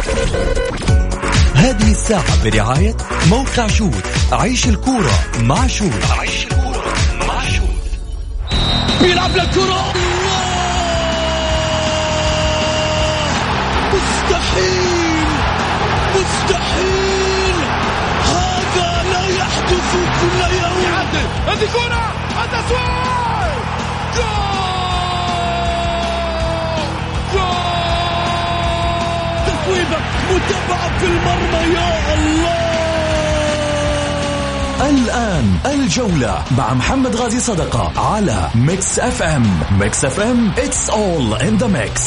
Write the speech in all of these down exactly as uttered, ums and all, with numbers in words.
هذه الساعة برعاية موقع شوت. عيش الكورة مع شوت. عيش الكورة مع شوت. بيلعب للكرة، مستحيل مستحيل، هذا لا يحدث كل يوم. يعدل هذه كرة، التسويق، جول جول، تسويبة متابعة في المرمى، يا الله. الآن الجولة مع محمد غازي صدقة على ميكس اف ام. ميكس اف ام it's all in the mix.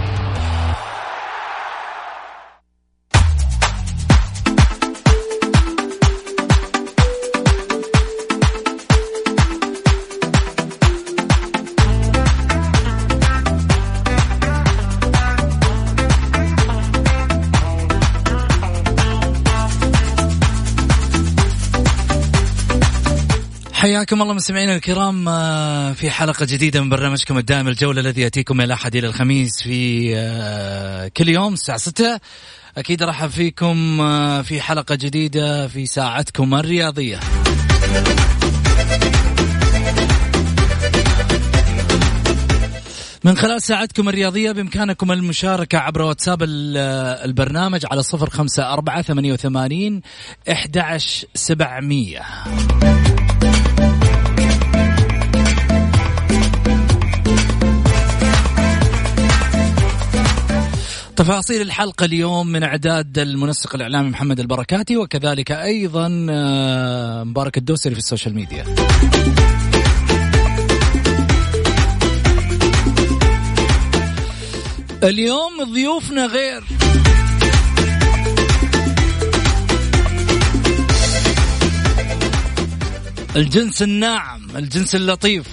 حياكم الله مستمعينا الكرام في حلقة جديدة من برنامجكم الدائم الجولة، الذي يأتيكم من الأحد إلى الخميس في كل يوم الساعة ستة. أكيد رحب فيكم في حلقة جديدة في ساعتكم الرياضية. من خلال ساعتكم الرياضية بإمكانكم المشاركة عبر واتساب البرنامج على صفر خمسة أربعة ثمانية وثمانين أحد عشر سبعمية. تفاصيل الحلقة اليوم من إعداد المنسق الإعلامي محمد البركاتي، وكذلك أيضا مبارك الدوسري في السوشيال ميديا. اليوم ضيوفنا غير، الجنس الناعم، الجنس اللطيف.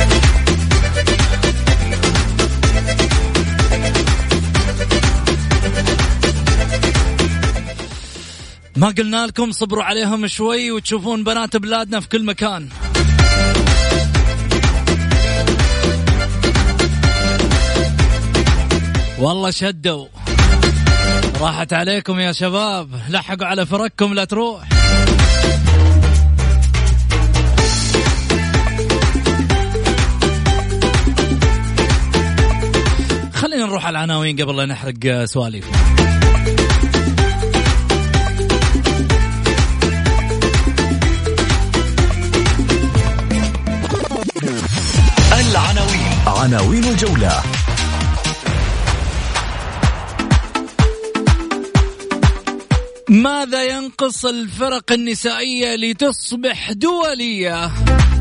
ما قلنا لكم صبروا عليهم شوي وتشوفون بنات بلادنا في كل مكان. والله شدوا، راحت عليكم يا شباب، لحقوا على فرقكم لا تروح. خلينا نروح على العناوين قبل لا نحرق سواليف. العناوين، عناوين الجولة. ماذا ينقص الفرق النسائية لتصبح دولية؟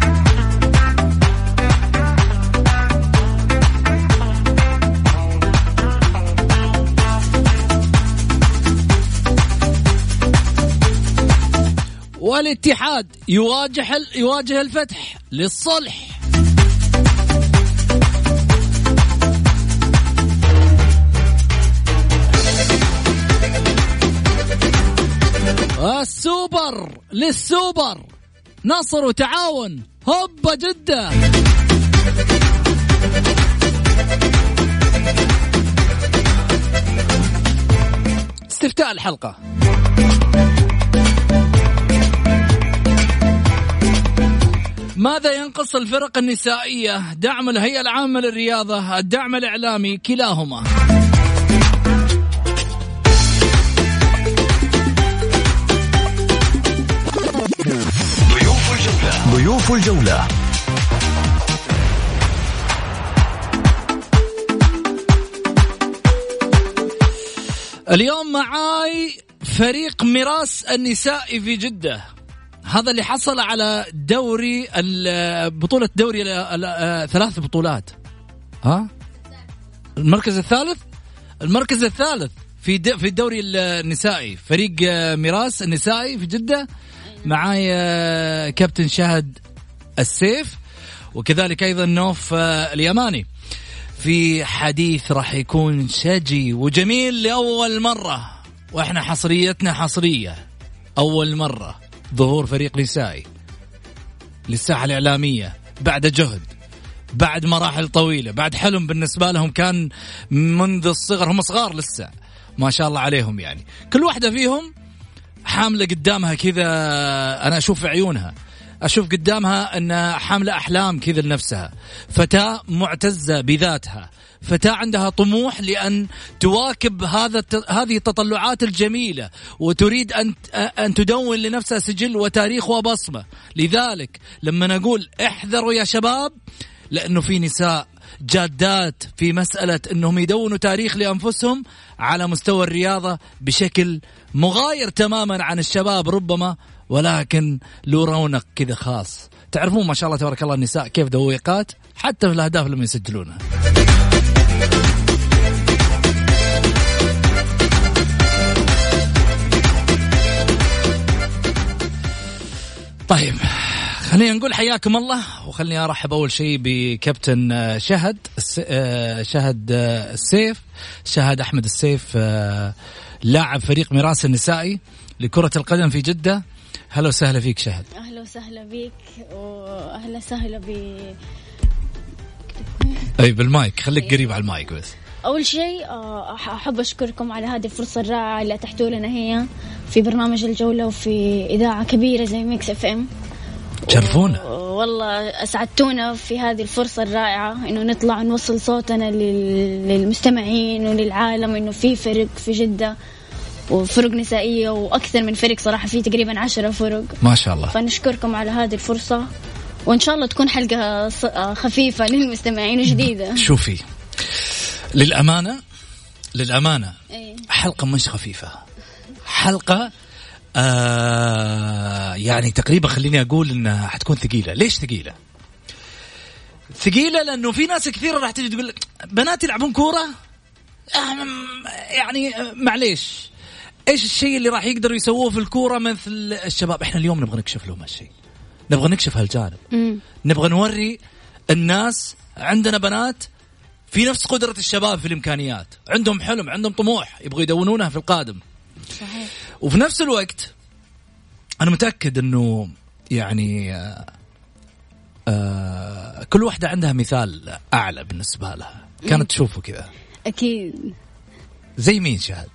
والاتحاد يواجه يواجه الفتح للصلح. السوبر للسوبر، نصر وتعاون، هوبا جدة. استفتاء الحلقة. ماذا ينقص الفرق النسائية؟ دعم الهيئة العامة للرياضة، الدعم الإعلامي، كلاهما. ضيوف الجولة. ضيوف الجولة. اليوم معاي فريق ميراس النسائي في جدة، هذا اللي حصل على دوري بطولة دوري ثلاث بطولات. ها المركز الثالث المركز الثالث في في الدوري النسائي، فريق ميراس النسائي في جدة. معاي كابتن شهد السيف، وكذلك أيضا نوف اليماني. في حديث راح يكون شجي وجميل لأول مرة، وإحنا حصريتنا حصرية، أول مرة ظهور فريق نسائي للساحة الإعلامية بعد جهد، بعد مراحل طويلة، بعد حلم بالنسبة لهم كان منذ الصغر، هم صغار لسه، ما شاء الله عليهم. يعني كل واحدة فيهم حاملة قدامها كذا، أنا أشوف في عيونها، أشوف قدامها أن حاملة أحلام كذا لنفسها، فتاة معتزة بذاتها، فتاة عندها طموح لأن تواكب هذا هذه التطلعات الجميلة، وتريد أن أن تدون لنفسها سجل وتاريخ وبصمة. لذلك لما نقول احذروا يا شباب، لأنه في نساء جادات في مسألة أنهم يدونوا تاريخ لأنفسهم على مستوى الرياضة بشكل مغاير تماما عن الشباب ربما، ولكن له رونق كذا خاص. تعرفون ما شاء الله تبارك الله النساء كيف ذويقات حتى في الأهداف لما يسجلونها. طيب خلينا نقول حياكم الله، وخليني أرحب أول شيء بكابتن شهد شهد السيف شهد أحمد السيف، لاعب فريق ميراث النسائي لكرة القدم في جدة. هلا وسهلا فيك شهد. أهلا وسهلا بيك، وأهلا وسهلا ب أي بالمايك، خليك قريب على المايك بس. أول شيء أحب أشكركم على هذه الفرصة الرائعة اللي أتحتوا لنا هي في برنامج الجولة وفي إذاعة كبيرة زي ميكس اف ام. تشرفونا والله، أسعدتونا في هذه الفرصة الرائعة إنه نطلع نوصل صوتنا للمستمعين وللعالم إنه في فرق في جدة وفرق نسائية وأكثر من فرق صراحة، في تقريبا عشرة فرق ما شاء الله. فنشكركم على هذه الفرصة، وإن شاء الله تكون حلقة خفيفة للمستمعين جديدة. شوفي للأمانة للأمانة أيه. حلقة مش خفيفة، حلقة آه يعني تقريبا خليني أقول إنها حتكون ثقيلة. ليش ثقيلة؟ ثقيلة لأنه في ناس كثيرة راح تيجي تقول بنات يلعبون كورة، يعني معليش إيش الشيء اللي راح يقدروا يسووه في الكورة مثل الشباب؟ إحنا اليوم نبغى نكشف لهم هالشيء، نبغى نكشف هالجانب، نبغى نوري الناس عندنا بنات في نفس قدرة الشباب في الإمكانيات، عندهم حلم، عندهم طموح يبغوا يدونونها في القادم. صحيح. وفي نفس الوقت أنا متأكد أنه يعني آآ آآ كل واحدة عندها مثال أعلى بالنسبة لها كانت تشوفه كذا. أكيد. زي مين شهد؟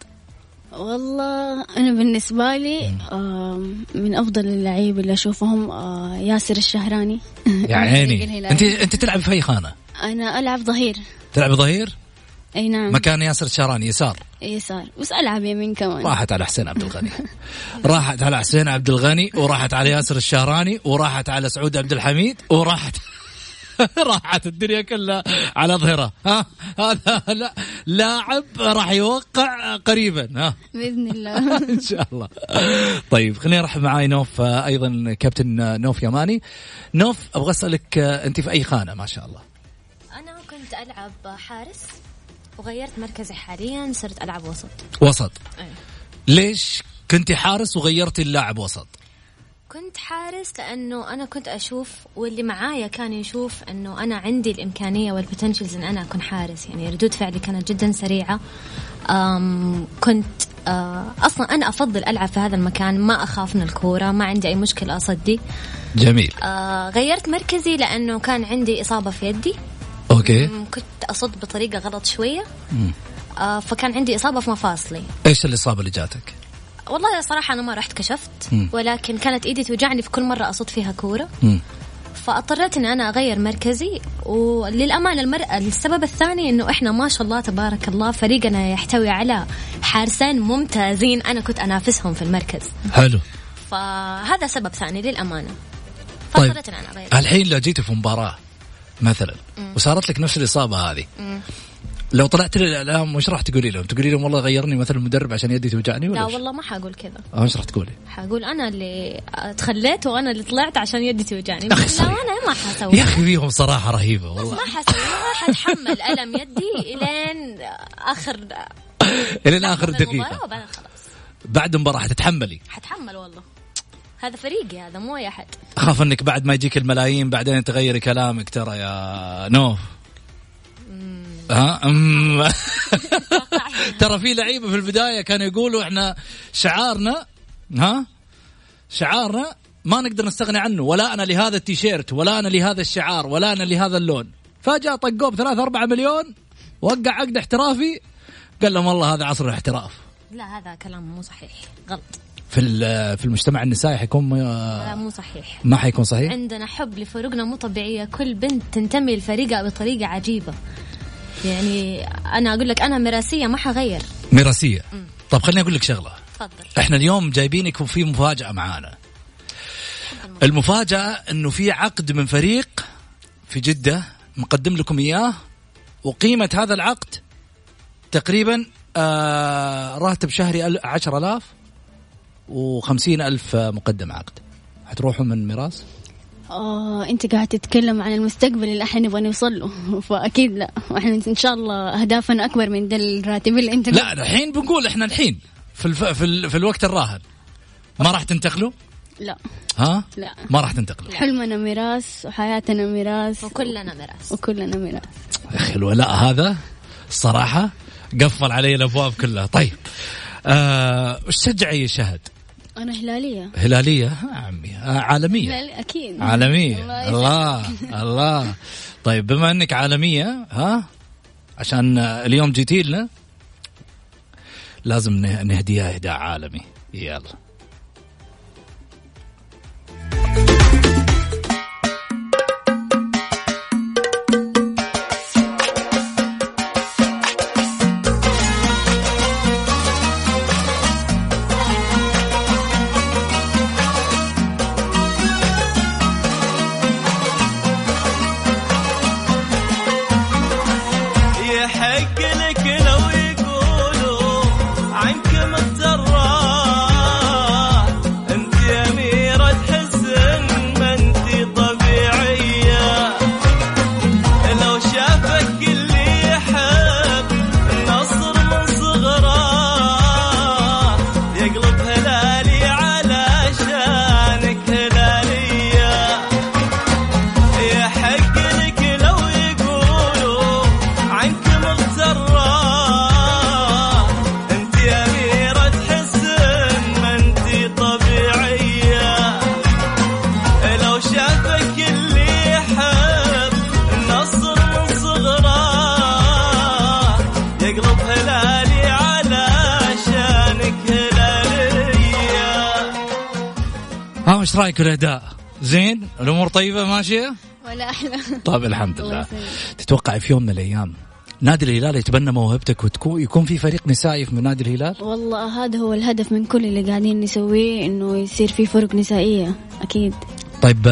والله أنا بالنسبة لي من أفضل اللعيبة اللي أشوفهم ياسر الشهراني. يا عيني. أنت أنت تلعب في أي خانة؟ أنا ألعب ظهير. تلعب ظهير؟ أي نعم. مكان ياسر الشهراني يسار. يسار، بس ألعب يمين كمان. راحت على حسين عبد الغني راحت على حسين عبد الغني وراحت على ياسر الشهراني وراحت على سعود عبد الحميد وراحت راحت الدنيا كلها على ظهره. ها هذا لا لاعب راح يوقع قريبا. ها بإذن الله إن شاء الله. طيب خليني أرحب معاي نوف أيضا، كابتن نوف يماني. نوف أبغى أسألك أنت في أي خانة؟ ما شاء الله. أنا كنت ألعب حارس وغيرت مركزي، حاليا صرت ألعب وسط. وسط؟ أي. ليش كنت حارس وغيرتي اللاعب وسط؟ كنت حارس لأنه أنا كنت أشوف واللي معايا كان يشوف أنه أنا عندي الإمكانية والبوتنشلز أن أنا أكون حارس، يعني ردود فعلي كانت جدا سريعة. كنت أصلا أنا أفضل ألعب في هذا المكان، ما أخاف من الكورة، ما عندي أي مشكلة أصدي. جميل. غيرت مركزي لأنه كان عندي إصابة في يدي. أوكي. كنت أصد بطريقة غلط شوية. آه فكان عندي إصابة في مفاصلي. إيش الإصابة اللي جاتك؟ والله صراحة أنا ما رحت كشفت، م. ولكن كانت إيدي توجعني في كل مرة أصد فيها كورة. م. فاضطريت إن أنا أغير مركزي. وللأمانة المرأة السبب الثاني إنه إحنا ما شاء الله تبارك الله فريقنا يحتوي على حارسين ممتازين، أنا كنت أنافسهم في المركز. حلو. فهذا سبب ثاني للأمانة. طيب فاضطريت إن أنا أغير. الحين لو جيتي في مباراة مثلا م. وصارت لك نفس الإصابة هذه، م. لو طلعت للإعلام وش راح تقولي لهم؟ تقولي لهم والله غيرني مثلا المدرب عشان يدي توجعني ولا؟ لا والله ما حقول كذا. وش راح تقولي؟ حقول أنا اللي تخليت وأنا اللي طلعت عشان يدي توجعني. لا أنا ما حسوي. يا أخي فيهم صراحة رهيبة والله. ما حسوي، حتحمل ألم يدي إلين آخر إلين آخر دقيقة. خلاص. بعد المباراة حتتحملي؟ حتحمل والله. هذا فريقي، هذا مو أي أحد. أخاف إنك بعد ما يجيك الملايين بعدين تغيري كلامك ترى يا نوف. ها أم... ترى في لعيبة في البداية كانوا يقولوا إحنا شعارنا ها شعارنا ما نقدر نستغني عنه، ولا أنا لهذا التيشيرت ولا أنا لهذا الشعار ولا أنا لهذا اللون. فجأة طقوه بثلاثة أربعة مليون، وقع عقد احترافي قال لهم والله هذا عصر الاحتراف. لا هذا كلام مو صحيح، غلط. في في المجتمع النسائي حيكون لا مو صحيح، ما حيكون صحيح. عندنا حب لفرقنا مو طبيعية، كل بنت تنتمي لفريقها بطريقة عجيبة. يعني أنا أقول لك أنا ميراثية ما حغير. ميراثية. طب خليني أقول لك شغلة. تفضل. إحنا اليوم جايبينك وفي مفاجأة معانا. المفاجأة إنه في عقد من فريق في جدة مقدم لكم إياه، وقيمة هذا العقد تقريبا آه راتب شهري عشر آلاف وخمسين ألف مقدم عقد. هتروحوا من ميراث؟ آه أنت قاعد تتكلم عن المستقبل اللي إحنا نبغى نوصل له، فأكيد لا، وإحنا إن شاء الله أهدافنا أكبر من ده الراتب اللي أنت. لا الحين بنقول إحنا الحين في الف... في, ال... في الوقت الراهن ما راح تنتقلوا؟ لا. ها؟ لا ما راح تنتقلوا. حلمنا ميراث وحياتنا ميراث وكلنا ميراث وكلنا ميراث. يا أخي الولاء هذا الصراحة قفل علي الأبواب كلها. طيب آه... وش تشجعي شهد؟ أنا هلالية. هلالية عمي آه عالمية. هلالية أكيد عالمية. الله الله. طيب بما أنك عالمية ها، عشان اليوم جيتي لنا لازم نهديها إهداء عالمي. يلا ايش رايك الاداء؟ زين؟ الامور طيبه ماشيه؟ ولا احلى. طيب الحمد لله. تتوقع في يوم من الايام نادي الهلال يتبنى موهبتك وتكون يكون في فريق نسائي في نادي الهلال؟ والله هذا هو الهدف من كل اللي قاعدين نسويه، انه يصير في فرق نسائيه اكيد. طيب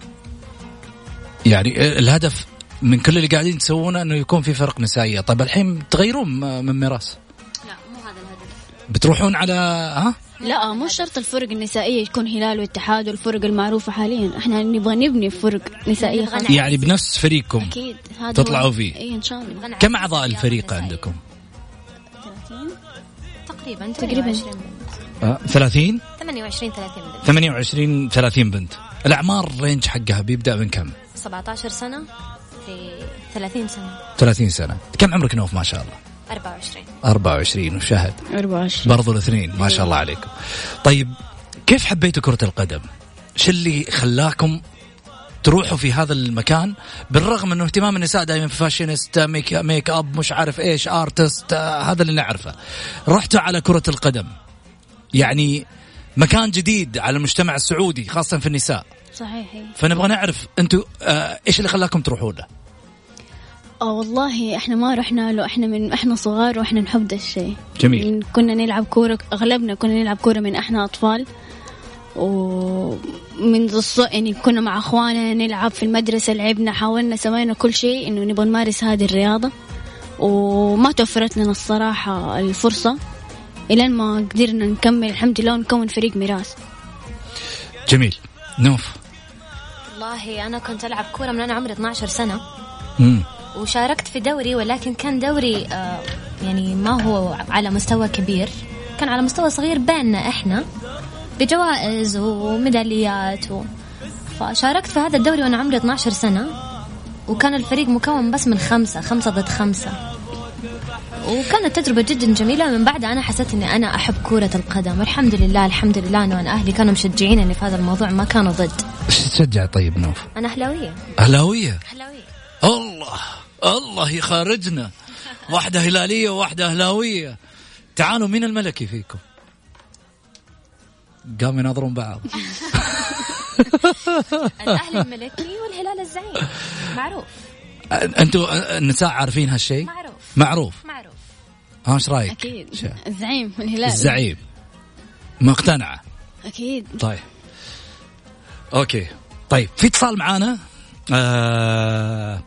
يعني الهدف من كل اللي قاعدين تسوونه انه يكون في فرق نسائيه. طيب الحين تغيرون من ميراث؟ لا مو هذا الهدف. بتروحون على ها؟ لا مو شرط الفرق النسائية يكون هلال واتحاد والفرق المعروفة حاليا، احنا نبغى نبني فرق نسائية خاصة. يعني بنفس فريقكم أكيد تطلعوا فيه؟ اي ان شاء الله. كم أعضاء الفريق عندكم؟ ثلاثين تقريبا. تقريبا ثلاثين ثمانية وعشرين ثلاثين بنت. ثمانية وعشرين ثلاثين بنت. الأعمار رينج حقها بيبدأ من كم؟ سبعة عشر سنة في ثلاثين سنة. ثلاثين سنة. كم عمرك نوف ما شاء الله؟ أربعة وعشرين. أربعة وعشرين وشهد أربعة وعشرين برضو الاثنين ما شاء الله عليكم. طيب كيف حبيتوا كرة القدم؟ شو اللي خلاكم تروحوا في هذا المكان بالرغم انه اهتمام النساء دائما في فاشينست ميك, ميك اب مش عارف ايش ارتست هذا اللي نعرفه، رحتوا على كرة القدم يعني مكان جديد على المجتمع السعودي خاصة في النساء. صحيح. فنبغى نعرف انتوا آه ايش اللي خلاكم تروحوا له؟ اه والله احنا ما رحنا له، احنا من احنا صغار واحنا نحب ده الشيء. جميل. كنا نلعب كورة، اغلبنا كنا نلعب كورة من احنا اطفال، ومن الص يعني كنا مع اخواننا نلعب في المدرسة، لعبنا حاولنا سوينا كل شيء انه نبغى نمارس هذه الرياضة، وما توفرت لنا الصراحة الفرصة الين ما قدرنا نكمل الحمد لله ونكون فريق ميراث. جميل. نوف؟ والله انا كنت العب كورة من انا عمري اثني عشر سنة. امم وشاركت في دوري، ولكن كان دوري آه يعني ما هو على مستوى كبير، كان على مستوى صغير بيننا احنا بجوائز وميداليات و... فشاركت في هذا الدوري وانا عمري اثني عشر سنة، وكان الفريق مكون بس من خمسة خمسة ضد خمسة، وكانت تجربة جدا جميلة. من بعدها أنا حسيت إني أنا أحب كرة القدم، والحمد لله الحمد لله إنه أنا أهلي كانوا مشجعينني في هذا الموضوع، ما كانوا ضد. إيش تشجع طيب نوف؟ أنا أهلاوية. أهلاوية؟ أهلاوية. الله الله يخارجنا. واحدة هلالية وواحدة أهلاوية. تعالوا مين الملكي فيكم؟ قام يناظرون بعض. الأهلي الملكي والهلال الزعيم معروف. أنتوا النساء عارفين هالشيء؟ معروف معروف معروف. ها ايش رايك؟ أكيد شا. الزعيم والهلال. الزعيم مقتنعة؟ أكيد. طيب أوكي طيب في اتصال معانا. آه...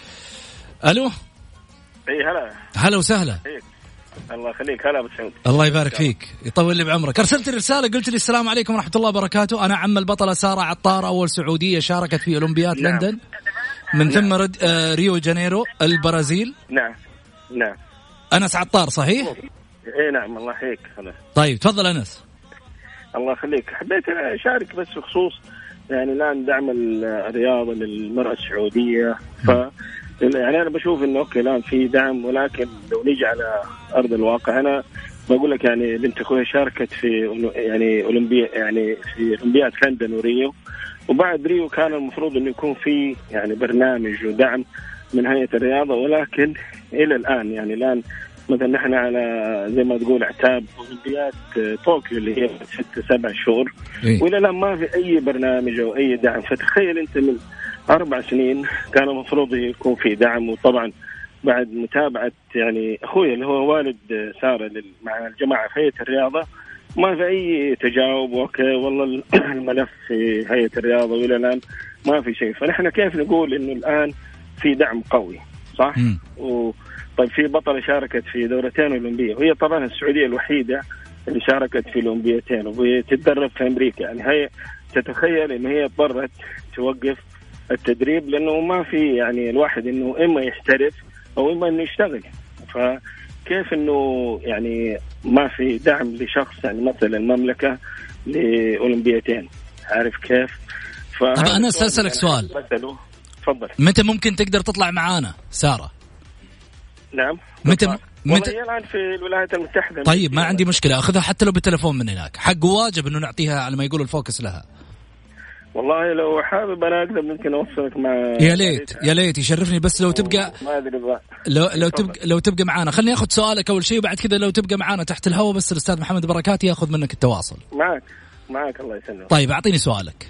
ألو. اي هلا. هلا وسهلا. الله يخليك. هلا ابو سعود. الله يبارك فيك يطول لي بعمرك. ارسلت لي رساله قلت لي السلام عليكم ورحمه الله وبركاته، انا عم البطله ساره عطار اول سعوديه شاركت في اولمبياد نعم. لندن من ثم رد آه ريو جانيرو البرازيل. نعم نعم. انس عطار صحيح؟ اي نعم الله يحييك. طيب تفضل انس. الله يخليك. حبيت اشارك بس بخصوص يعني الان دعم الرياضه للمراه السعوديه. ف يعني أنا بشوف إنه أوكي الآن في دعم، ولكن لو نيجي على أرض الواقع أنا بقول لك يعني بنت أخوي شاركت في يعني أولمبيا يعني في أولمبياد لندن وريو، وبعد ريو كان المفروض إنه يكون في يعني برنامج ودعم من هيئة الرياضة، ولكن إلى الآن يعني الآن مثلا نحن على زي ما تقول اعتاب أولمبياد طوكيو اللي هي ست سبع شهور إيه؟ وإلى الآن ما في أي برنامج أو أي دعم. فتخيل أنت من أربع سنين كان المفروض يكون في دعم، وطبعا بعد متابعة يعني أخوي اللي هو والد سارة مع الجماعة في هيئة الرياضة ما في أي تجاوب. وأوكي والله الملف في هيئة الرياضة وإلى الآن ما في شيء. فنحن كيف نقول إنه الآن في دعم قوي صح؟ و طيب في بطلة شاركت في دورتين أولمبية، وهي طبعا السعودية الوحيدة اللي شاركت في الأولمبيتين وتتدرب في أمريكا. يعني هي تتخيل إن هي اضطرت توقف التدريب لأنه ما في يعني الواحد إنه إما يحترف أو إما إنه يشتغل. فكيف إنه يعني ما في دعم لشخص يعني مثلا المملكة لأولمبيتين؟ عارف كيف؟ طب أنا أسألك سؤال. تفضل. متى ممكن تقدر تطلع معانا سارة؟ نعم. متى متى الآن في الولايات المتحدة. طيب ما عندي مشكلة أخذها حتى لو بالتلفون من هناك، حق واجب إنه نعطيها على ما يقول الفوكس لها. والله لو حابب أنا أقدر ممكن أوصلك مع. يا ليت يا ليت يشرفني، بس لو تبقى ما أدري بقى. لو لو تبقى لو تبقى معانا خلني أخذ سؤالك أول شيء، وبعد كذا لو تبقى معانا تحت الهواء بس الأستاذ محمد بركات يأخذ منك التواصل. معك معك الله يسلمك. طيب أعطيني سؤالك.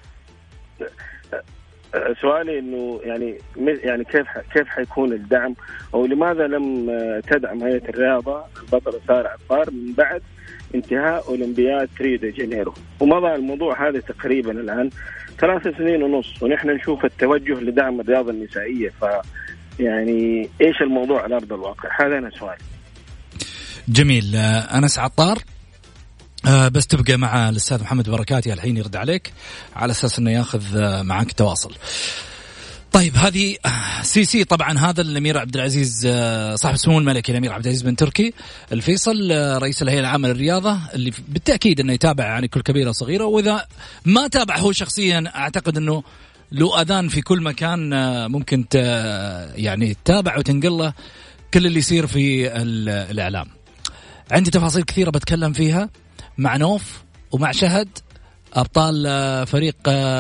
سؤالي إنه يعني يعني كيف كيف حيكون الدعم، أو لماذا لم تدعم هيئة الرياضة البطلة سارة عطار من بعد انتهاء أولمبياد ريو دي جانيرو؟ ومضى الموضوع هذا تقريبا الآن ثلاث سنين ونص، ونحن نشوف التوجه لدعم الرياضة النسائية. ف يعني إيش الموضوع على أرض الواقع؟ هذا أنا سؤال. جميل. أنس عطار أه بس تبقى مع الأستاذ محمد بركاتي الحين يرد عليك على أساس أنه يأخذ معك تواصل. طيب هذه سي سي طبعا هذا الأمير عبد العزيز صاحب السمو الملكي الأمير عبد العزيز بن تركي الفيصل رئيس الهيئة العامة للرياضة، اللي بالتأكيد أنه يتابع يعني كل كبيرة صغيرة، وإذا ما تابع هو شخصيا أعتقد أنه له أذان في كل مكان ممكن يعني تتابع وتنقل له كل اللي يصير في الإعلام. عندي تفاصيل كثيرة بتكلم فيها مع نوف ومع شهد أبطال فريق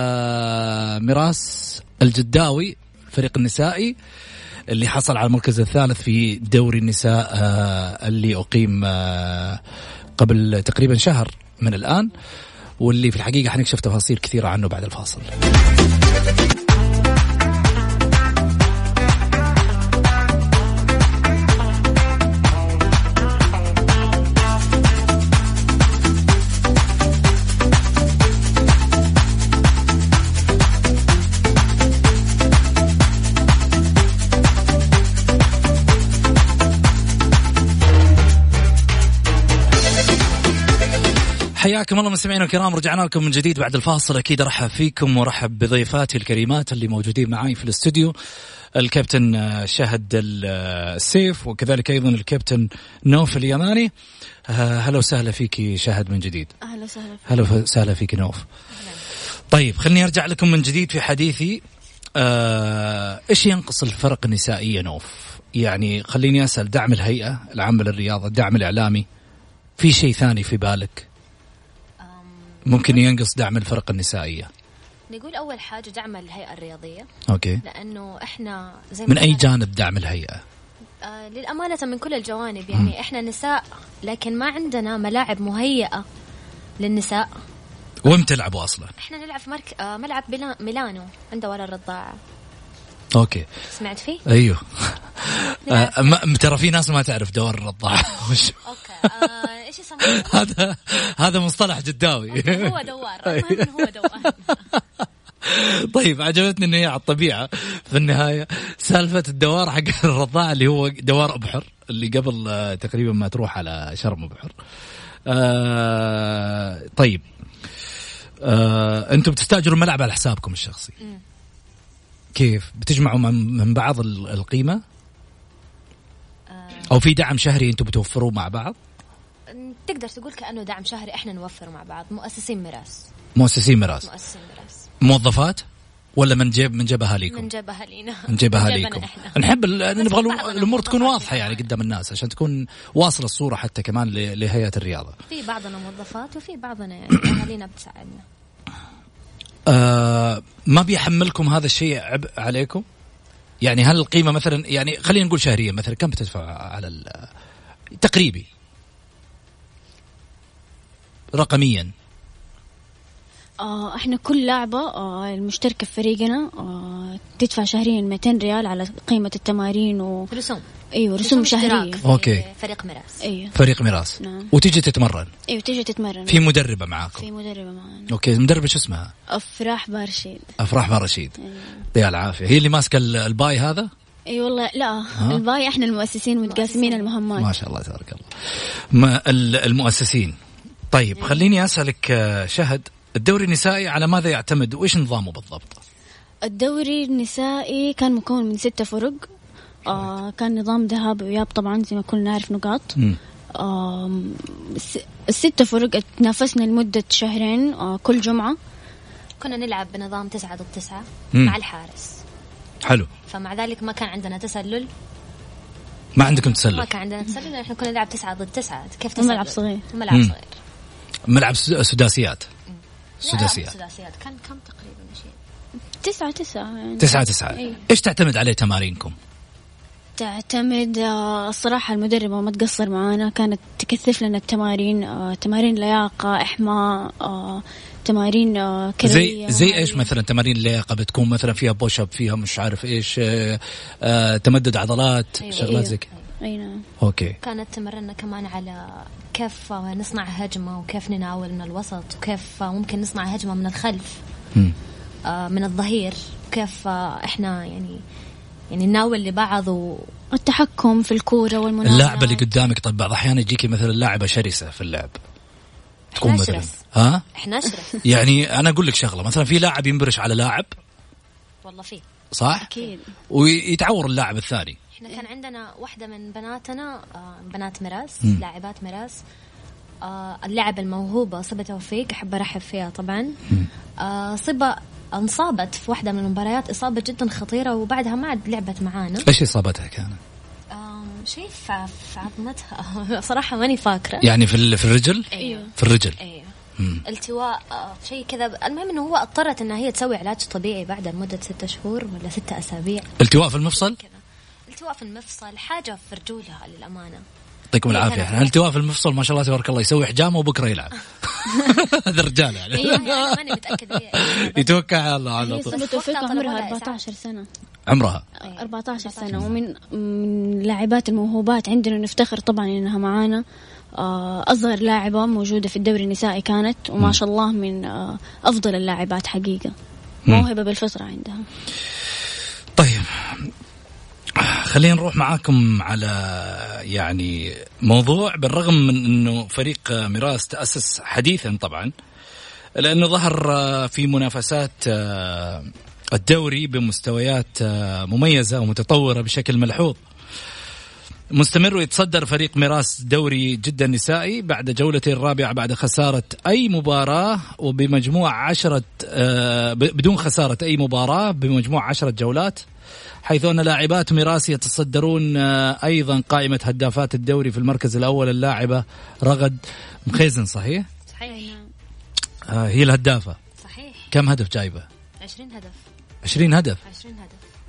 ميراس الجداوي فريق النسائي اللي حصل على المركز الثالث في دوري النساء اللي أقيم قبل تقريبا شهر من الآن، واللي في الحقيقة حنكشف تفاصيل كثيرة عنه بعد الفاصل. حياكم الله مستمعينا الكرام، رجعنا لكم من جديد بعد الفاصل. أكيد أرحب فيكم ورحب بضيفاتي الكريمات اللي موجودين معي في الاستوديو، الكابتن شهد السيف وكذلك أيضا الكابتن نوف اليماني. هلا وسهلا فيك شهد من جديد. أهلا وسهلا. هلا وسهلا فيك نوف. طيب خلني أرجع لكم من جديد في حديثي. آه، إيش ينقص الفرق النسائية نوف؟ يعني خليني أسأل، دعم الهيئة العامة للرياضة، الدعم الإعلامي، في شيء ثاني في بالك ممكن ينقص دعم الفرق النسائية؟ نقول أول حاجة دعم الهيئة الرياضية. أوكي. لأنه إحنا زي من أي جانب دعم الهيئة؟ آه للأمانة من كل الجوانب يعني. م. إحنا نساء لكن ما عندنا ملاعب مهيئة للنساء. وين تلعبوا أصلا؟ إحنا نلعب في مرك... آه ملعب بلا... ميلانو عنده ورا الرضاعة. أوكي. سمعت فيه؟ أيوه. آه ما... ترى في ناس ما تعرف دوار الرضاعة. وش؟ أوكي. آه إيش يسمونه؟ هذا هذا مصطلح جداوي. هو دوار. المهم هو دوار. طيب عجبتني إنه هي على الطبيعة في النهاية. سالفة الدوار حق الرضاعة اللي هو دوار أبحر اللي قبل آه تقريبا ما تروح على شرم أبحر. آه طيب آه أنتم بتستأجروا الملعب على حسابكم الشخصي. م. كيف بتجمعوا من بعض القيمة أو في دعم شهري أنتم بتوفروه مع بعض؟ تقدر تقول كأنه دعم شهري إحنا نوفر مع بعض. مؤسسين ميراث. مؤسسين ميراث. مؤسسين ميراث. موظفات ولا من جيب من جيب أهاليكم؟ من جيب أهالينا. من جيب أهاليكم. نحب نبغى الأمور تكون واضحة يعني قدام الناس عشان تكون واصلة الصورة حتى كمان لهيئة الرياضة. في بعضنا موظفات وفي بعضنا يعني أهالينا بتساعدنا. آه ما بيحملكم هذا الشيء عبء عليكم؟ يعني هل القيمة مثلا يعني خلينا نقول شهريا مثلا كم بتدفع على تقريبي رقميا؟ آه احنا كل لعبة آه المشتركة في فريقنا آه تدفع شهريا مئتين ريال على قيمة التمارين و رسوم. ايوه رسوم شهرية. اوكي. فريق ميراث. ايوه. فريق ميراث. نعم. وتيجي تتمرن. ايوه تيجي تتمرن. في مدربة معاكم؟ في مدربة معانا. اوكي مدربة شو اسمها؟ افراح بارشيد. افراح بارشيد. يا العافية. هي اللي ماسكة الباي هذا؟ اي والله لا ها؟ الباي احنا المؤسسين متقاسمين المهمات. ما شاء الله تبارك الله. ما المؤسسين. طيب خليني اسالك شهد، الدوري النسائي على ماذا يعتمد وإيش نظامه بالضبط؟ الدوري النسائي كان مكون من ستة فرق. آه كان نظام ذهاب وإياب طبعا زي ما كلنا نعرف نقاط. آه الستة فرق تنافسنا لمدة شهرين آه كل جمعة. كنا نلعب بنظام تسعة ضد تسعة مع الحارس. حلو. فمع ذلك ما كان عندنا تسلل. ما عندكم تسلل؟ ما كان عندنا تسلل. احنا كنا نلعب تسعة ضد تسعة. كيف تسلل؟ ملعب صغير. ملعب صغير. ملعب سداسيات. سداسيات. سداسيات كان كم تقريبا شيء؟ تسعة تسعة يعني. تسعة تسعة. أي. إيش تعتمد عليه تمارينكم؟ تعتمد الصراحة المدربة ما تقصر معانا، كانت تكثف لنا التمارين، تمارين لياقة، إحماء، تمارين كروية. زي زي إيش مثلا تمارين لياقة بتكون مثلا فيها بوش اب، فيها مش عارف إيش، آه، تمدد عضلات. أيوة. شغلات أيوة. زي كده. أي نعم. أوكي. كانت تمرنا كمان على كيف نصنع هجمة وكيف نناول من الوسط وكيف ممكن نصنع هجمة من الخلف. م. آه من الظهير، كيف إحنا يعني يعني نناول لبعض والتحكم في الكورة والمناولة. اللاعبة اللي قدامك طيب بعض أحيانا يجيكي مثلا لاعبة شرسة في اللعب تكون مثلا ها إحنا شرس. يعني أنا أقول لك شغلة، مثلا في لاعب ينبرش على لاعب والله فيه صح أكيد ويتعور اللاعب الثاني. إحنا كان عندنا واحدة من بناتنا آه بنات مراس، لاعبات مراس، آه اللعبة الموهوبة صبة توفيق، أحب أرحب فيها طبعا. آه صبة انصابت في واحدة من المباريات إصابة جدا خطيرة وبعدها ما عاد لعبت معانا. إيش إصابتها كانت؟ شيء في عظمتها صراحة ماني فاكرة. يعني في في الرجل؟ أيوه في الرجل. أيوه. التواء شيء كذا. المهم إنه هو اضطرت إنها هي تسوي علاج طبيعي بعد لمدة ستة شهور ولا ستة أسابيع. التواء في المفصل؟ كذا. التواء في المفصل، حاجة في رجولها للأمانة. يعطيكم العافية. احنا التواء في المفصل ما شاء الله تبارك الله يسوي حجامه وبكرة يلعب. هذا الرجال يعني. أيوه أنا ماني متأكدة. يتوكل على الله على طول. صبة توفيق عمرها أربعة عشر سنة. عمرها أربعة عشر سنة، ومن من لاعبات الموهوبات عندنا نفتخر طبعا إنها معانا. أصغر لاعبة موجودة في الدوري النسائي كانت، وما شاء الله من أفضل اللاعبات حقيقة، موهبة بالفطرة عندها. طيب خلينا نروح معاكم على يعني موضوع، بالرغم من أنه فريق ميراث تأسس حديثا طبعا، لأنه ظهر في منافسات الدوري بمستويات مميزة ومتطورة بشكل ملحوظ. مستمر ويتصدر فريق ميراث دوري جدة النسائي بعد جولته الرابعة بعد خسارة أي مباراة، وبمجموع عشرة بدون خسارة أي مباراة بمجموع عشرة جولات، حيث أن لاعبات ميراث يتصدرون أيضا قائمة هدافات الدوري. في المركز الأول اللاعبة رغد مخيزن. صحيح؟ صحيح. آه هي الهدافة. صحيح. كم هدف جايبة؟ عشرين هدف. عشرين هدف. عشرين هدف.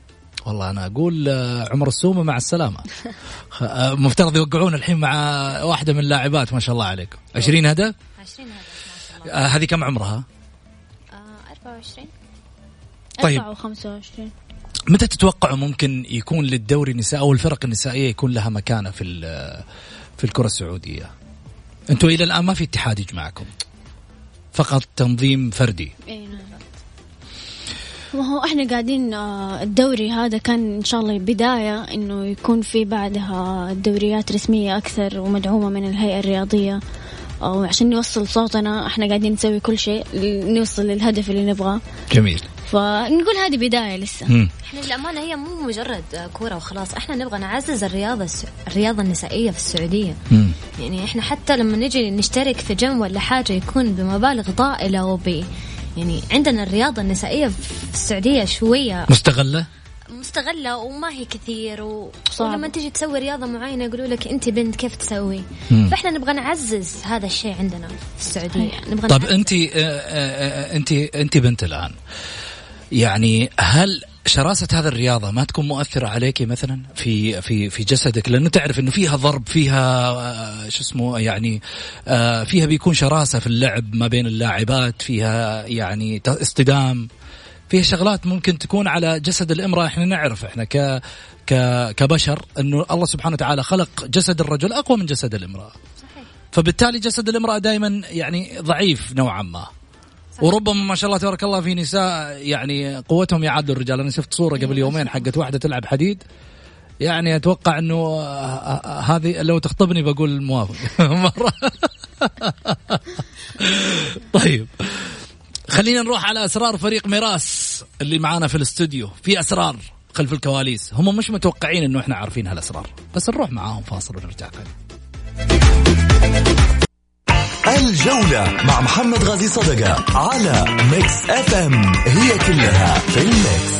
والله أنا أقول عمر السومة مع السلامة. مفترض يوقعون الحين مع واحدة من اللاعبات ما شاء الله عليكم. عشرين هدف. عشرين هدف ما شاء الله. هذه كم عمرها؟ أربعة وعشرين. طيب. أربعة وخمسة وعشرين. متى تتوقعوا ممكن يكون للدوري النسائي أو الفرق النسائية يكون لها مكانة في في الكرة السعودية؟ أنتوا إلى الآن ما في اتحاد يجمعكم، فقط تنظيم فردي. إيه نعم. ما هو احنا قاعدين الدوري هذا كان ان شاء الله بداية انه يكون في بعدها دوريات رسمية اكثر ومدعومة من الهيئة الرياضية، وعشان نوصل صوتنا احنا قاعدين نسوي كل شيء نوصل للهدف اللي نبغاه. جميل. فنقول هذه بداية لسه. مم. احنا للأمانة هي مو مجرد كورة وخلاص، احنا نبغى نعزز الرياضة الرياضة النسائية في السعودية. مم. يعني احنا حتى لما نجي نشترك في جيم ولا حاجة يكون بمبالغ طائلة وب يعني عندنا الرياضة النسائية في السعودية شوية مستغلة مستغلة وما هي كثير و... صعب. ولما تيجي تسوي رياضة معينة يقولوا لك أنت بنت كيف تسوي. مم. فإحنا نبغى نعزز هذا الشيء عندنا في السعودية. نبغى طب أنت أنت أنت بنت الآن، يعني هل شراسة هذا الرياضة ما تكون مؤثرة عليك مثلا في في في جسدك؟ لأنه تعرف إنه فيها ضرب، فيها شو اسمه يعني فيها بيكون شراسة في اللعب ما بين اللاعبات، فيها يعني اصطدام، فيها شغلات ممكن تكون على جسد الامرأة. احنا نعرف احنا ك ك كبشر إنه الله سبحانه وتعالى خلق جسد الرجل أقوى من جسد الامرأة. صحيح. فبالتالي جسد الامرأة دائما يعني ضعيف نوعا ما. وربما ما شاء الله تبارك الله في نساء يعني قوتهم يعادل الرجال. أنا شفت صورة قبل يومين حقت واحدة تلعب حديد، يعني أتوقع أنه هذه لو تخطبني بقول موافق مرة. طيب خلينا نروح على أسرار فريق ميراس اللي معانا في الاستوديو. في أسرار خلف الكواليس هم مش متوقعين أنه إحنا عارفين هالأسرار، بس نروح معاهم فاصل ونرجع ثاني. الجولة مع محمد غازي صدقة على ميكس اف ام، هي كلها في الميكس.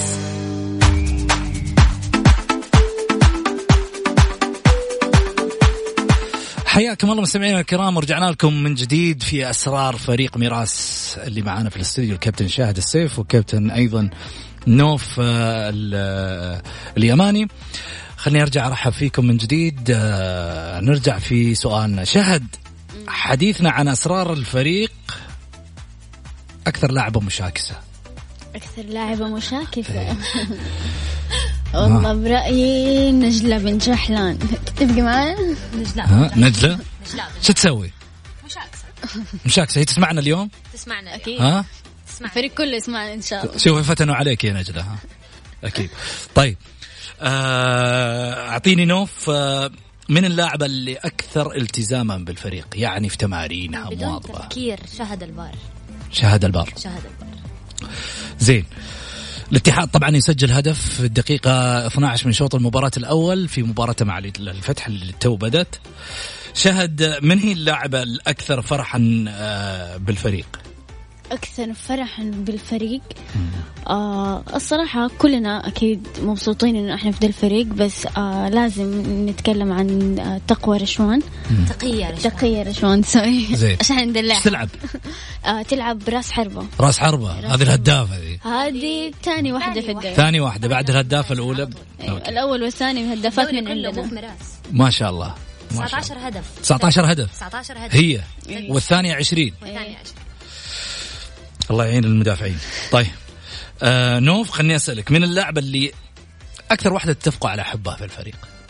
حياكم الله مستمعينا الكرام، ورجعنا لكم من جديد في أسرار فريق ميراس اللي معانا في الاستوديو الكابتن شاهد السيف والكابتن أيضا نوف اليماني. خليني أرجع أرحب فيكم من جديد. نرجع في سؤالنا. شاهد، حديثنا عن أسرار الفريق، أكثر لاعبة مشاكسة. أكثر لاعبة مشاكسة والله برأيي نجلة بن جحلان. تتفقي معايا؟ نجلة. نجلة شو تسوي؟ مشاكسة. مشاكسة. هي تسمعنا اليوم؟ تسمعنا أكيد. ها؟ تسمعنا. الفريق كله يسمعنا إن شاء الله. شوفي فتنوا عليك يا نجلة. ها أكيد. طيب أعطيني نوف، من اللاعبة اللي أكثر التزاما بالفريق، يعني في تمارينها بدون مواظبة؟ تفكير شهد البار. شهد البار. شهد البار. زين. الاتحاد طبعا يسجل هدف في الدقيقة اثنتي عشرة من شوط المباراة الأول في مباراة مع الفتح اللي تو بدت. شهد، من هي اللاعبة الأكثر فرحا بالفريق؟ أكثر فرحا بالفريق آه الصراحة كلنا أكيد مبسوطين إنه إحنا في ذا الفريق، بس آه لازم نتكلم عن آه تقوى رشوان. تقية رشوان. تقية رشوان سوي عشان ندلعها. تلعب آه تلعب براس حربة. راس حربة. هذه الهدافة دي. هذه ثاني واحدة في الدوري. ثاني واحدة بعد الهدافة الأولى. أيوة. الأول والثاني من هدافات من عندنا. ما شاء الله. تسعة عشر هدف. تسعة عشر هدف. تسعة عشر هدف. هي. والثانية عشرين. والثانية عشرين. الله يعين المدافعين. طيب آه نوف، خلني أسألك، من اللاعبة اللي أكثر واحدة تتفقوا على حبها في الفريق؟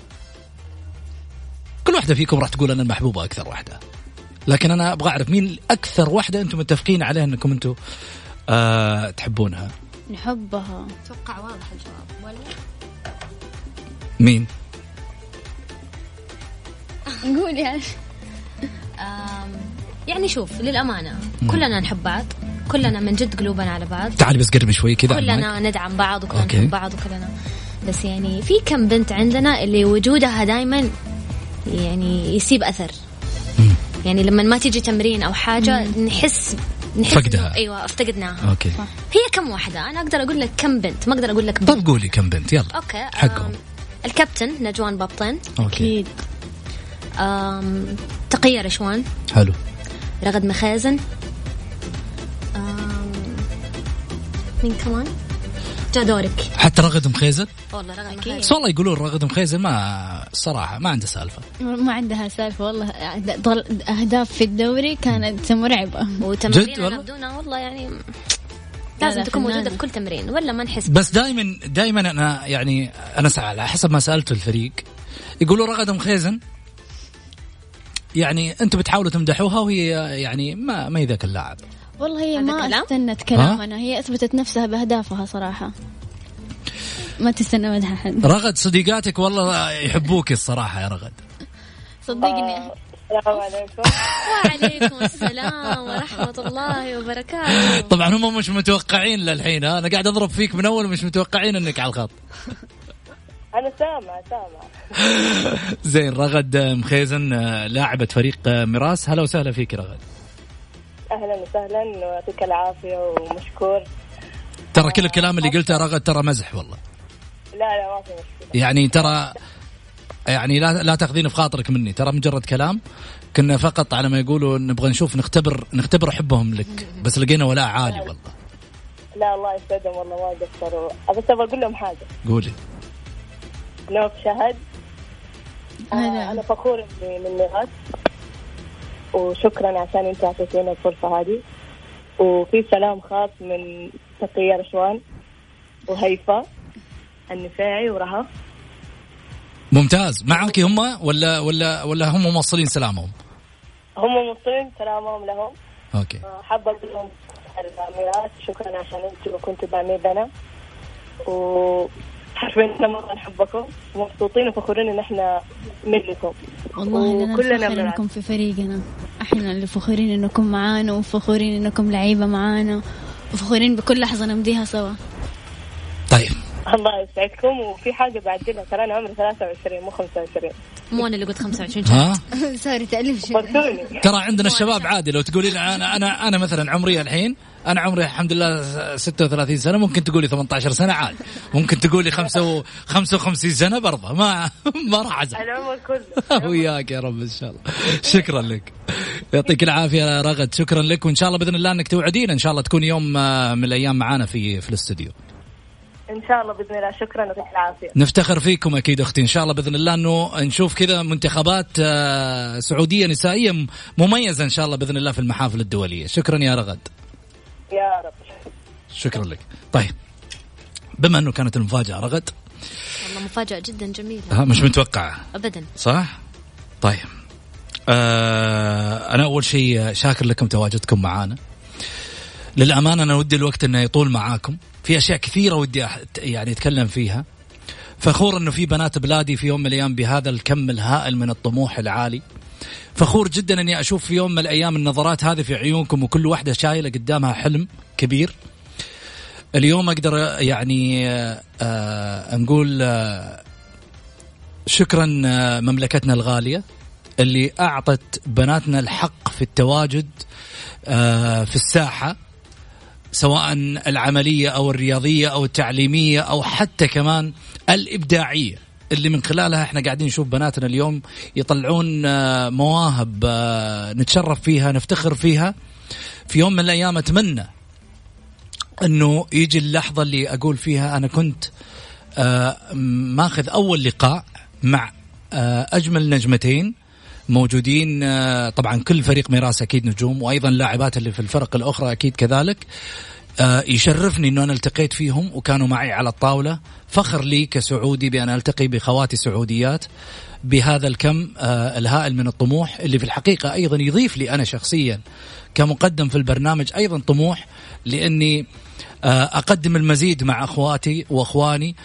كل واحدة فيكم راح تقول أنا المحبوبة أكثر واحدة، لكن أنا أبغى أعرف مين أكثر واحدة أنتم متفقين عليها أنكم أنتم آه تحبونها. نحبها. أتوقع واضح الجواب ولا؟ مين؟ نقول يعني يعني شوف للأمانة كلنا نحب بعض، كلنا من جد قلوبنا على بعض. تعالي بس قربي شوي كذا. كلنا ندعم بعض وكلنا نحب بعض وكلنا، بس يعني في كم بنت عندنا اللي وجودها دايما يعني يسيب أثر. مم. يعني لما ما تيجي تمرين أو حاجة مم. نحس نحس فقدها. أيوة افتقدناها. أوكي. هي كم واحدة؟ أنا أقدر أقول لك كم بنت، ما أقدر أقول لك بنت. طب قولي كم بنت يلا. أوكي. حقهم. الكابتن نجوان بابطين. أكيد. تقية رشوان. حلو. رغد مخازن. مين كمان؟ جاء دورك. حتى رغد مخيزن والله رغد مخيزن بس والله يقولون رغد مخيزن ما صراحة ما عنده سالفة ما عندها سالفة والله. أهداف في الدوري كانت مرعبة وتمرين بدونها والله يعني لازم تكون موجودة في كل تمرين ولا ما نحس. بس دائما دائما أنا يعني أنا على حسب ما سألته الفريق يقولوا رغد مخيزن يعني أنتم بتحاولوا تمدحوها وهي يعني ما ما يذاك اللاعب. والله هي ما استنت كلامنا، هي أثبتت نفسها بأهدافها صراحة، ما تستنى مدح حد. رغد صديقاتك والله يحبوك الصراحة يا رغد. صدقني. السلام عليكم. وعليكم السلام ورحمة الله وبركاته. طبعا هم مش متوقعين للحين، أنا قاعد أضرب فيك من أول مش متوقعين أنك على الخط. أنا سامع سامع. زين. رغد مخيزن لاعبة فريق ميراس، هلا وسهلا فيك رغد. أهلا وسهلا ويعطيك العافية ومشكور. ترى كل الكلام اللي قلته رغد ترى مزح والله. لا لا ما في مشكلة. يعني ترى يعني لا لا تاخذين في خاطرك مني، ترى مجرد كلام. كنا فقط على ما يقولوا نبغى نشوف نختبر نختبر حبهم لك، بس لقينا ولاء عالي والله. لا الله يسعدهم والله ما قصروا. بس أبغى أقول لهم حاجة. قولي. نوف شهد. آه أنا فخور إني من ميراس وشكرا عشان أنت أعطيتينا الفرصة هذه. وفي سلام خاص من تقية رشوان وهيفا النفاعي ورهف. ممتاز. معك هم ولا ولا ولا هم موصلين سلامهم؟ هم موصلين سلامهم لهم. اوكي. حابة اقول لهم الميراث شكرا عشان انتم كنتوا داعمين لنا وحرفيا احنا مرة نحبكم ومبسوطين وفخورين ان احنا منكم. والله كلنا فخورين في فريقنا، احنا اللي فخورين انكم معانا وفخورين انكم لعيبة معانا وفخورين بكل لحظة نمضيها سوا. طيب الله يسعدكم. وفي حاجة بعدلها، ترى أنا عمري ثلاثة وعشرين مو خمسة وعشرين. مو أنا اللي قلت خمسة وعشرين. ها سوري تألف. ترى عندنا الشباب عادي لو تقولي أنا أنا أنا مثلا عمري الحين أنا عمري الحمد لله ستة وثلاثين سنة، ممكن تقولي ثمانية عشر سنة عادي، ممكن تقولي خمسة خمسة وخمسين سنة برضه ما ما راح أزعل. العمر كله. وياك يا رب إن شاء الله. شكرا لك، يعطيك العافية يا رغد. شكرا لك، وإن شاء الله بإذن الله إنك توعدين إن شاء الله تكون يوم من الأيام معانا في في الاستوديو. إن شاء الله بإذن الله. شكرا ويعطيك العافية. نفتخر فيكم أكيد أختي، إن شاء الله بإذن الله إنه نشوف كذا منتخبات سعودية نسائية مميزة إن شاء الله بإذن الله في المحافل الدولية. شكرا يا رغد. يا رب. شكرا لك. طيب بما أنه كانت المفاجأة رغد، والله مفاجأة جدا جميلة. ها مش متوقعة أبدا. صح؟ طيب آه أنا أول شيء شاكر لكم تواجدكم معانا. للأمانة أنا ودي الوقت أنه يطول معاكم، في أشياء كثيرة ودي يعني أتكلم فيها. فخور أنه في بنات بلادي في يوم من الأيام بهذا الكم الهائل من الطموح العالي. فخور جدا أني أشوف في يوم من الأيام النظرات هذه في عيونكم وكل واحدة شايلة قدامها حلم كبير. اليوم أقدر يعني آه نقول آه شكرا مملكتنا الغالية اللي أعطت بناتنا الحق في التواجد آه في الساحة، سواء العملية أو الرياضية أو التعليمية أو حتى كمان الإبداعية، اللي من خلالها احنا قاعدين نشوف بناتنا اليوم يطلعون مواهب نتشرف فيها نفتخر فيها. في يوم من الأيام أتمنى أنه يجي اللحظة اللي أقول فيها أنا كنت ماخذ أول لقاء مع أجمل نجمتين موجودين. طبعا كل فريق ميراس أكيد نجوم، وأيضا لاعبات اللي في الفرق الأخرى أكيد كذلك. يشرفني أنه أنا التقيت فيهم وكانوا معي على الطاولة. فخر لي كسعودي بأن ألتقي بخواتي سعوديات بهذا الكم الهائل من الطموح، اللي في الحقيقة أيضا يضيف لي أنا شخصيا كمقدم في البرنامج أيضا طموح، لأني أقدم المزيد مع أخواتي وأخواني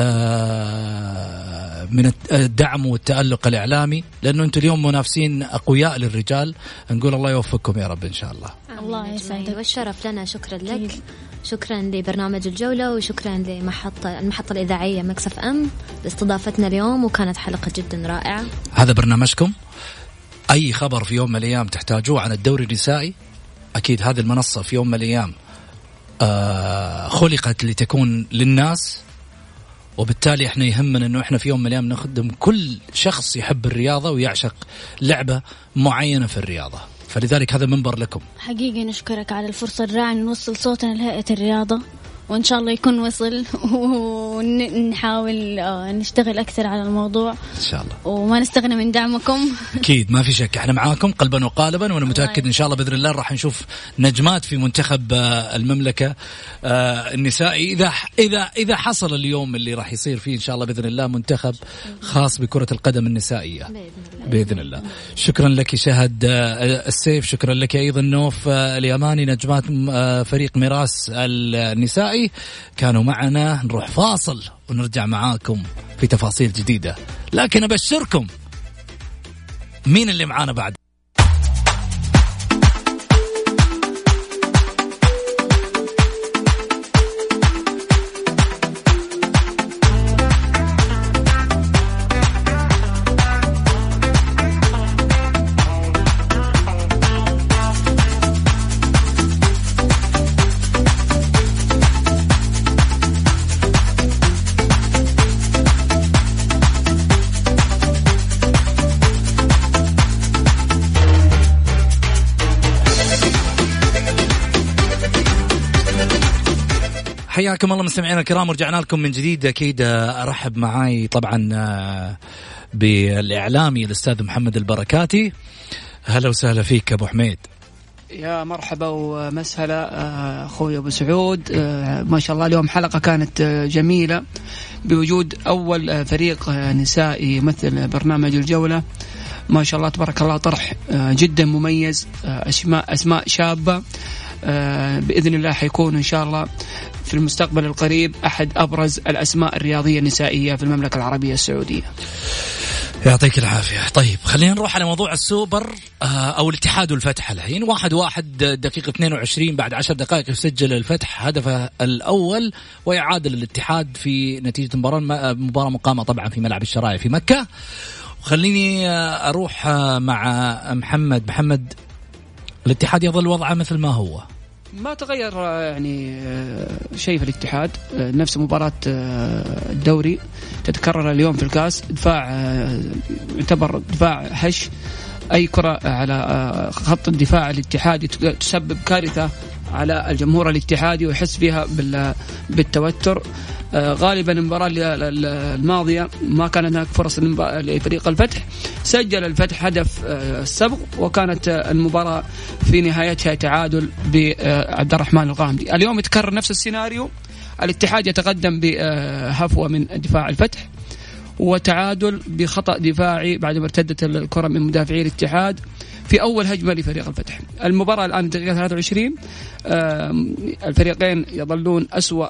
من الدعم والتألق الإعلامي، لأنه أنتم اليوم منافسين أقوياء للرجال. نقول الله يوفقكم يا رب إن شاء الله. الله يسعدك والشرف لنا. شكرا لك، شكرا لبرنامج الجولة، وشكرا لمحطة المحطة الإذاعية مكس اف ام لاستضافتنا اليوم، وكانت حلقة جدا رائعة. هذا برنامجكم. أي خبر في يوم من الأيام تحتاجوه عن الدوري النسائي أكيد هذه المنصة في يوم من الأيام آه خلقت لتكون للناس، وبالتالي احنا يهمنا انه احنا في يوم من الايام نخدم كل شخص يحب الرياضة ويعشق لعبة معينة في الرياضة. فلذلك هذا منبر لكم. حقيقة نشكرك على الفرصة الرائعة نوصل صوتنا لهيئة الرياضة، وإن شاء الله يكون وصل ونحاول نشتغل أكثر على الموضوع إن شاء الله وما نستغنى من دعمكم. أكيد ما في شك احنا معاكم قلبا وقالبا وأنا متأكد إن شاء الله بإذن الله راح نشوف نجمات في منتخب المملكة النسائي إذا إذا إذا حصل اليوم اللي راح يصير فيه إن شاء الله بإذن الله منتخب خاص بكرة القدم النسائية بإذن الله. شكرا لك شهد السيف، شكرا لك أيضا نوف اليماني، نجمات فريق ميراث النسائي كانوا معنا. نروح فاصل ونرجع معاكم في تفاصيل جديدة، لكن أبشركم مين اللي معانا بعد. حياكم الله مستمعينا الكرام، ورجعنا لكم من جديد. أكيد أرحب معاي طبعا بالإعلامي الأستاذ محمد البركاتي. هلا وسهلا فيك أبو حميد. يا مرحبا ومسهلا أخوي أبو سعود. ما شاء الله اليوم حلقة كانت جميلة بوجود أول فريق نسائي مثل برنامج الجولة. ما شاء الله تبارك الله، طرح جدا مميز، أسماء أسماء شابة بإذن الله حيكون إن شاء الله في المستقبل القريب أحد أبرز الأسماء الرياضية النسائية في المملكة العربية السعودية. يعطيك العافية. طيب خلينا نروح على موضوع السوبر أو الاتحاد والفتح. الحين واحد واحد دقيقة اثنين وعشرين، بعد عشر دقائق يسجل الفتح هدفه الأول ويعادل الاتحاد في نتيجة مباراة مباراة مقامة طبعا في ملعب الشرايع في مكة. وخليني أروح مع محمد. محمد، الاتحاد يظل وضعه مثل ما هو، ما تغير يعني شيء في الاتحاد، نفس مباراة الدوري تتكرر اليوم في الكاس. دفاع يعتبر دفاع هش، أي كرة على خط الدفاع الاتحادي تسبب كارثة على الجمهور الاتحادي ويحس فيها بالتوتر. غالبا المباراة الماضية ما كان هناك فرص لفريق الفتح، سجل الفتح هدف السبق وكانت المباراة في نهايتها تعادل بعبد الرحمن الغامدي. اليوم يتكرر نفس السيناريو، الاتحاد يتقدم بهفوة من دفاع الفتح وتعادل بخطأ دفاعي بعد ما ارتدت الكرة من مدافعي الاتحاد في أول هجمة لفريق الفتح. المباراة الآن دقيقة ثلاثة وعشرين، الفريقين يظلون أسوأ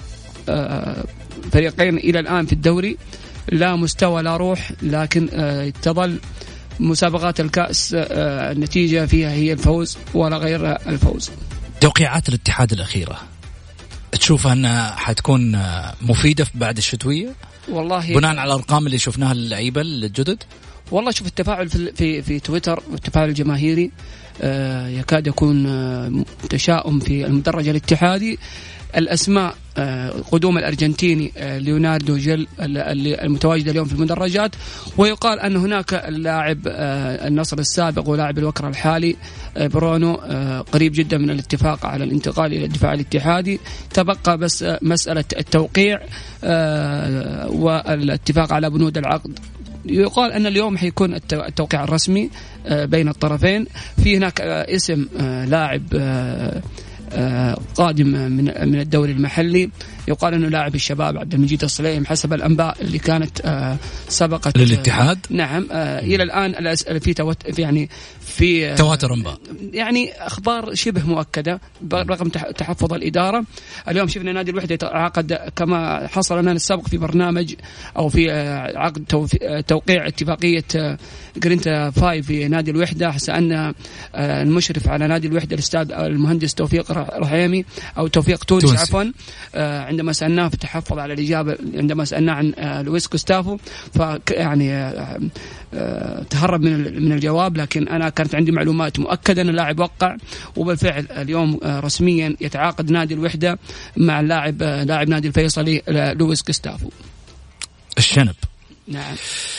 فريقين إلى الآن في الدوري، لا مستوى لا روح، لكن تظل مسابقات الكأس النتيجة فيها هي الفوز ولا غير الفوز. توقيعات الاتحاد الأخيرة تشوفها أنها حتكون مفيدة بعد الشتوية والله بناء على الأرقام اللي شفناها للعيبة الجدد؟ والله شوف التفاعل في في, في تويتر والتفاعل الجماهيري آه يكاد يكون آه تشاؤم في المدرج الاتحادي. الأسماء آه قدوم الأرجنتيني آه ليوناردو جيل المتواجد اليوم في المدرجات، ويقال أن هناك اللاعب آه النصر السابق ولاعب الوكرة الحالي آه برونو آه قريب جدا من الاتفاق على الانتقال إلى الدفاع الاتحادي. تبقى بس آه مسألة التوقيع آه والاتفاق على بنود العقد. يقال أن اليوم حيكون التوقيع الرسمي بين الطرفين. في هناك اسم لاعب قادم من من الدوري المحلي، يقال أنه لاعب الشباب عبد المجيد الصليم حسب الأنباء اللي كانت سبقت للاتحاد. نعم إلى الآن في توت يعني في تواتر أنباء، يعني أخبار شبه مؤكدة رغم تحفظ الإدارة. اليوم شفنا نادي الوحدة عقد كما حصل لنا السبق في برنامج أو في عقد توقيع اتفاقية جرينتا فايف في نادي الوحدة. سألنا المشرف على نادي الوحدة الأستاذ المهندس توفيق رحيمي أو توفيق تونس عفوا، عندما سألناه في تحفظ على الإجابة عندما سألناه عن لويس كوستافو، فيعني تهرب من من الجواب. لكن أنا كانت عندي معلومات مؤكدة أن اللاعب وقع، وبالفعل اليوم رسميا يتعاقد نادي الوحدة مع اللاعب لاعب نادي الفيصلي لويس كوستافو الشنب. نعم.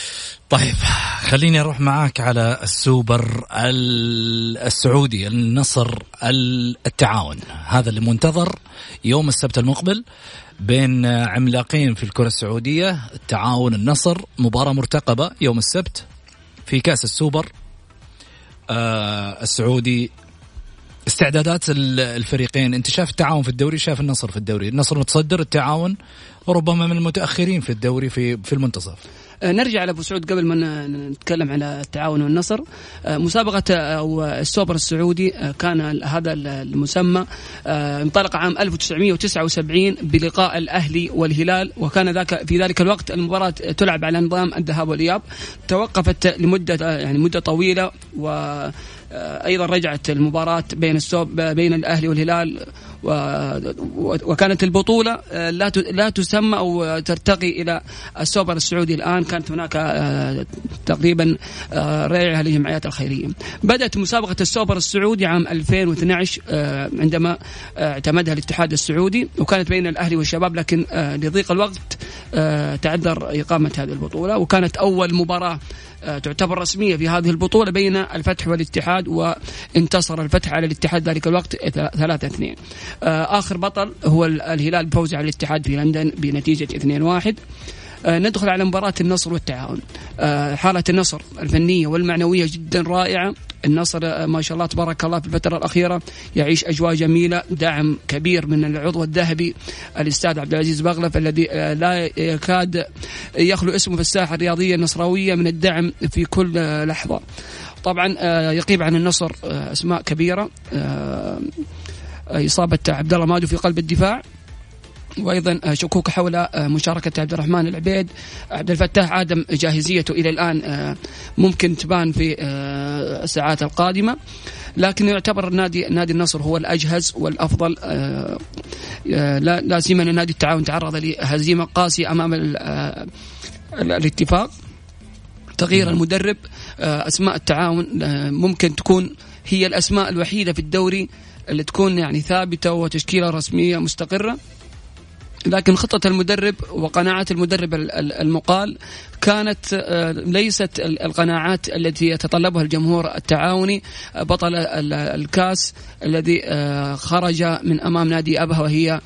طيب خليني أروح معاك على السوبر السعودي، النصر التعاون، هذا اللي منتظر يوم السبت المقبل بين عملاقين في الكرة السعودية، التعاون النصر، مباراة مرتقبة يوم السبت في كأس السوبر آه السعودي. استعدادات الفريقين، انت شايف التعاون في الدوري، شايف النصر في الدوري، النصر متصدر، التعاون وربما من المتأخرين في الدوري في في المنتصف. نرجع على أبو سعود قبل ما نتكلم على التعاون والنصر. مسابقة أو السوبر السعودي كان هذا المسمى انطلق عام ألف وتسعمائة وتسعة وسبعين بلقاء الأهلي والهلال، وكان ذاك في ذلك الوقت المباراة تلعب على نظام الذهاب والإياب، توقفت لمدة يعني مدة طويلة، و أيضا رجعت المباراة بين السوب بين الأهلي والهلال، وكانت البطولة لا لا تسمى أو ترتقي إلى السوبر السعودي. الآن كانت هناك تقريبا رائعة للجمعيات الخيرية. بدأت مسابقة السوبر السعودي عام ألفين واثني عشر عندما اعتمدها الاتحاد السعودي، وكانت بين الأهلي والشباب، لكن لضيق الوقت تعذر إقامة هذه البطولة، وكانت أول مباراة تعتبر رسمية في هذه البطولة بين الفتح والاتحاد، وانتصر الفتح على الاتحاد ذلك الوقت ثلاثة اثنين. آخر بطل هو الهلال بفوز على الاتحاد في لندن بنتيجة اثنين واحد. ندخل على مباراة النصر والتعاون. حالة النصر الفنية والمعنوية جدا رائعة. النصر ما شاء الله تبارك الله في الفترة الأخيرة يعيش أجواء جميلة، دعم كبير من العضو الذهبي الأستاذ عبد العزيز بغلف الذي لا يكاد يخلو اسمه في الساحة الرياضية النصراوية من الدعم في كل لحظة. طبعا يقيب عن النصر أسماء كبيرة، إصابة عبد الله مادو في قلب الدفاع، وأيضا شكوك حول مشاركة عبد الرحمن العبيد. عبد الفتاح عدم جاهزيته إلى الآن ممكن تبان في الساعات القادمة، لكن يعتبر نادي نادي النصر هو الأجهز والأفضل، لا لا سيما أن نادي التعاون تعرض لهزيمة قاسية أمام الاتفاق. تغيير المدرب، أسماء التعاون ممكن تكون هي الأسماء الوحيدة في الدوري اللي تكون يعني ثابتة وتشكيلة رسمية مستقرة، لكن خطة المدرب وقناعات المدرب المقال كانت ليست القناعات التي يتطلبها الجمهور التعاوني. بطل الكاس الذي خرج من أمام نادي أبها، وهي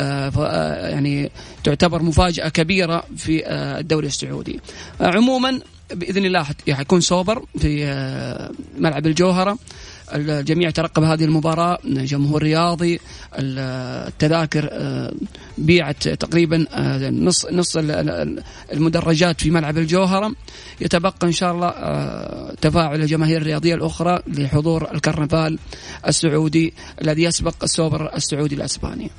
يعني تعتبر مفاجأة كبيرة في الدوري السعودي. عموما بإذن الله حيكون سوبر في ملعب الجوهرة. الجميع يترقب هذه المباراة، جمهور رياضي. التذاكر بيعت تقريبا نص نص المدرجات في ملعب الجوهرة. يتبقى إن شاء الله تفاعل الجماهير الرياضية الأخرى لحضور الكرنفال السعودي الذي يسبق السوبر السعودي الأسباني.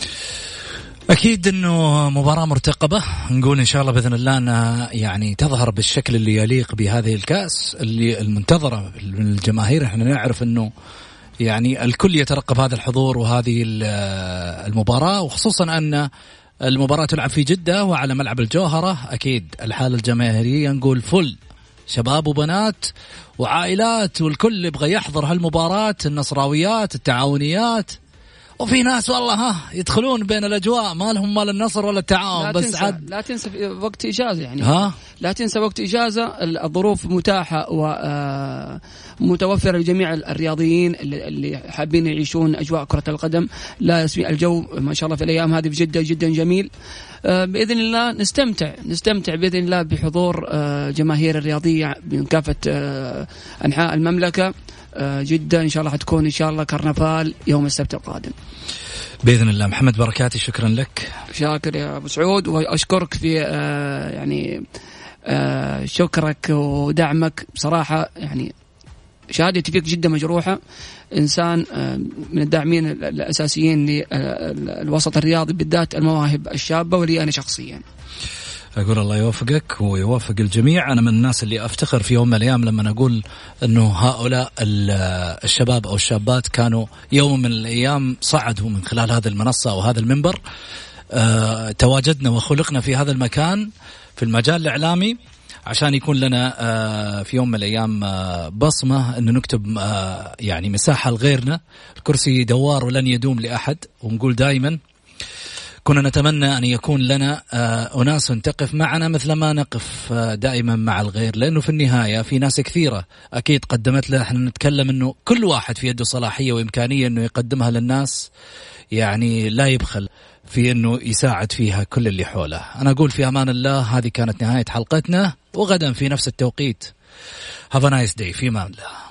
أكيد أنه مباراة مرتقبة، نقول إن شاء الله بإذن الله أنها يعني تظهر بالشكل اللي يليق بهذه الكأس اللي المنتظرة من الجماهير. إحنا نعرف أنه يعني الكل يترقب هذا الحضور وهذه المباراة، وخصوصا أن المباراة تلعب في جدة وعلى ملعب الجوهرة. أكيد الحالة الجماهيرية نقول فل، شباب وبنات وعائلات، والكل يبغى يحضر هالمباراة، النصراويات، التعاونيات، وفي ناس والله ها يدخلون بين الأجواء ما لهم مال النصر ولا التعاون. بس تنسى عاد لا تنسى وقت إجازة، يعني ها؟ لا تنسى وقت إجازة، الظروف متاحة ومتوفرة لجميع الرياضيين اللي حابين يعيشون أجواء كرة القدم. لا الجو ما شاء الله في الأيام هذه في جدة جدا جميل. بإذن الله نستمتع نستمتع بإذن الله بحضور جماهير الرياضية من كافة أنحاء المملكة. جدا إن شاء الله حتكون إن شاء الله كرنفال يوم السبت القادم بإذن الله. محمد بركاتي شكرا لك. شاكر يا أبو سعود، وأشكرك في يعني شكرك ودعمك بصراحة. يعني شهادتي فيك جدا مجروحة، إنسان من الداعمين الأساسيين للوسط الرياضي بالذات المواهب الشابة، ولي أنا شخصيا. أقول الله يوفقك ويوفق الجميع. أنا من الناس اللي أفتخر في يوم من الأيام لما أقول أنه هؤلاء الشباب أو الشابات كانوا يوم من الأيام صعدوا من خلال هذه المنصة أو هذا المنبر. أه تواجدنا وخلقنا في هذا المكان في المجال الإعلامي عشان يكون لنا أه في يوم من الأيام أه بصمة، أنه نكتب أه يعني مساحة لغيرنا. الكرسي دوار ولن يدوم لأحد، ونقول دائما كنا نتمنى أن يكون لنا أناس تقف معنا مثل ما نقف دائما مع الغير، لأنه في النهاية في ناس كثيرة أكيد قدمت له. احنا نتكلم أنه كل واحد في يده صلاحية وإمكانية أنه يقدمها للناس، يعني لا يبخل في أنه يساعد فيها كل اللي حوله. أنا أقول في أمان الله، هذه كانت نهاية حلقتنا، وغدا في نفس التوقيت Have a nice day. في أمان الله.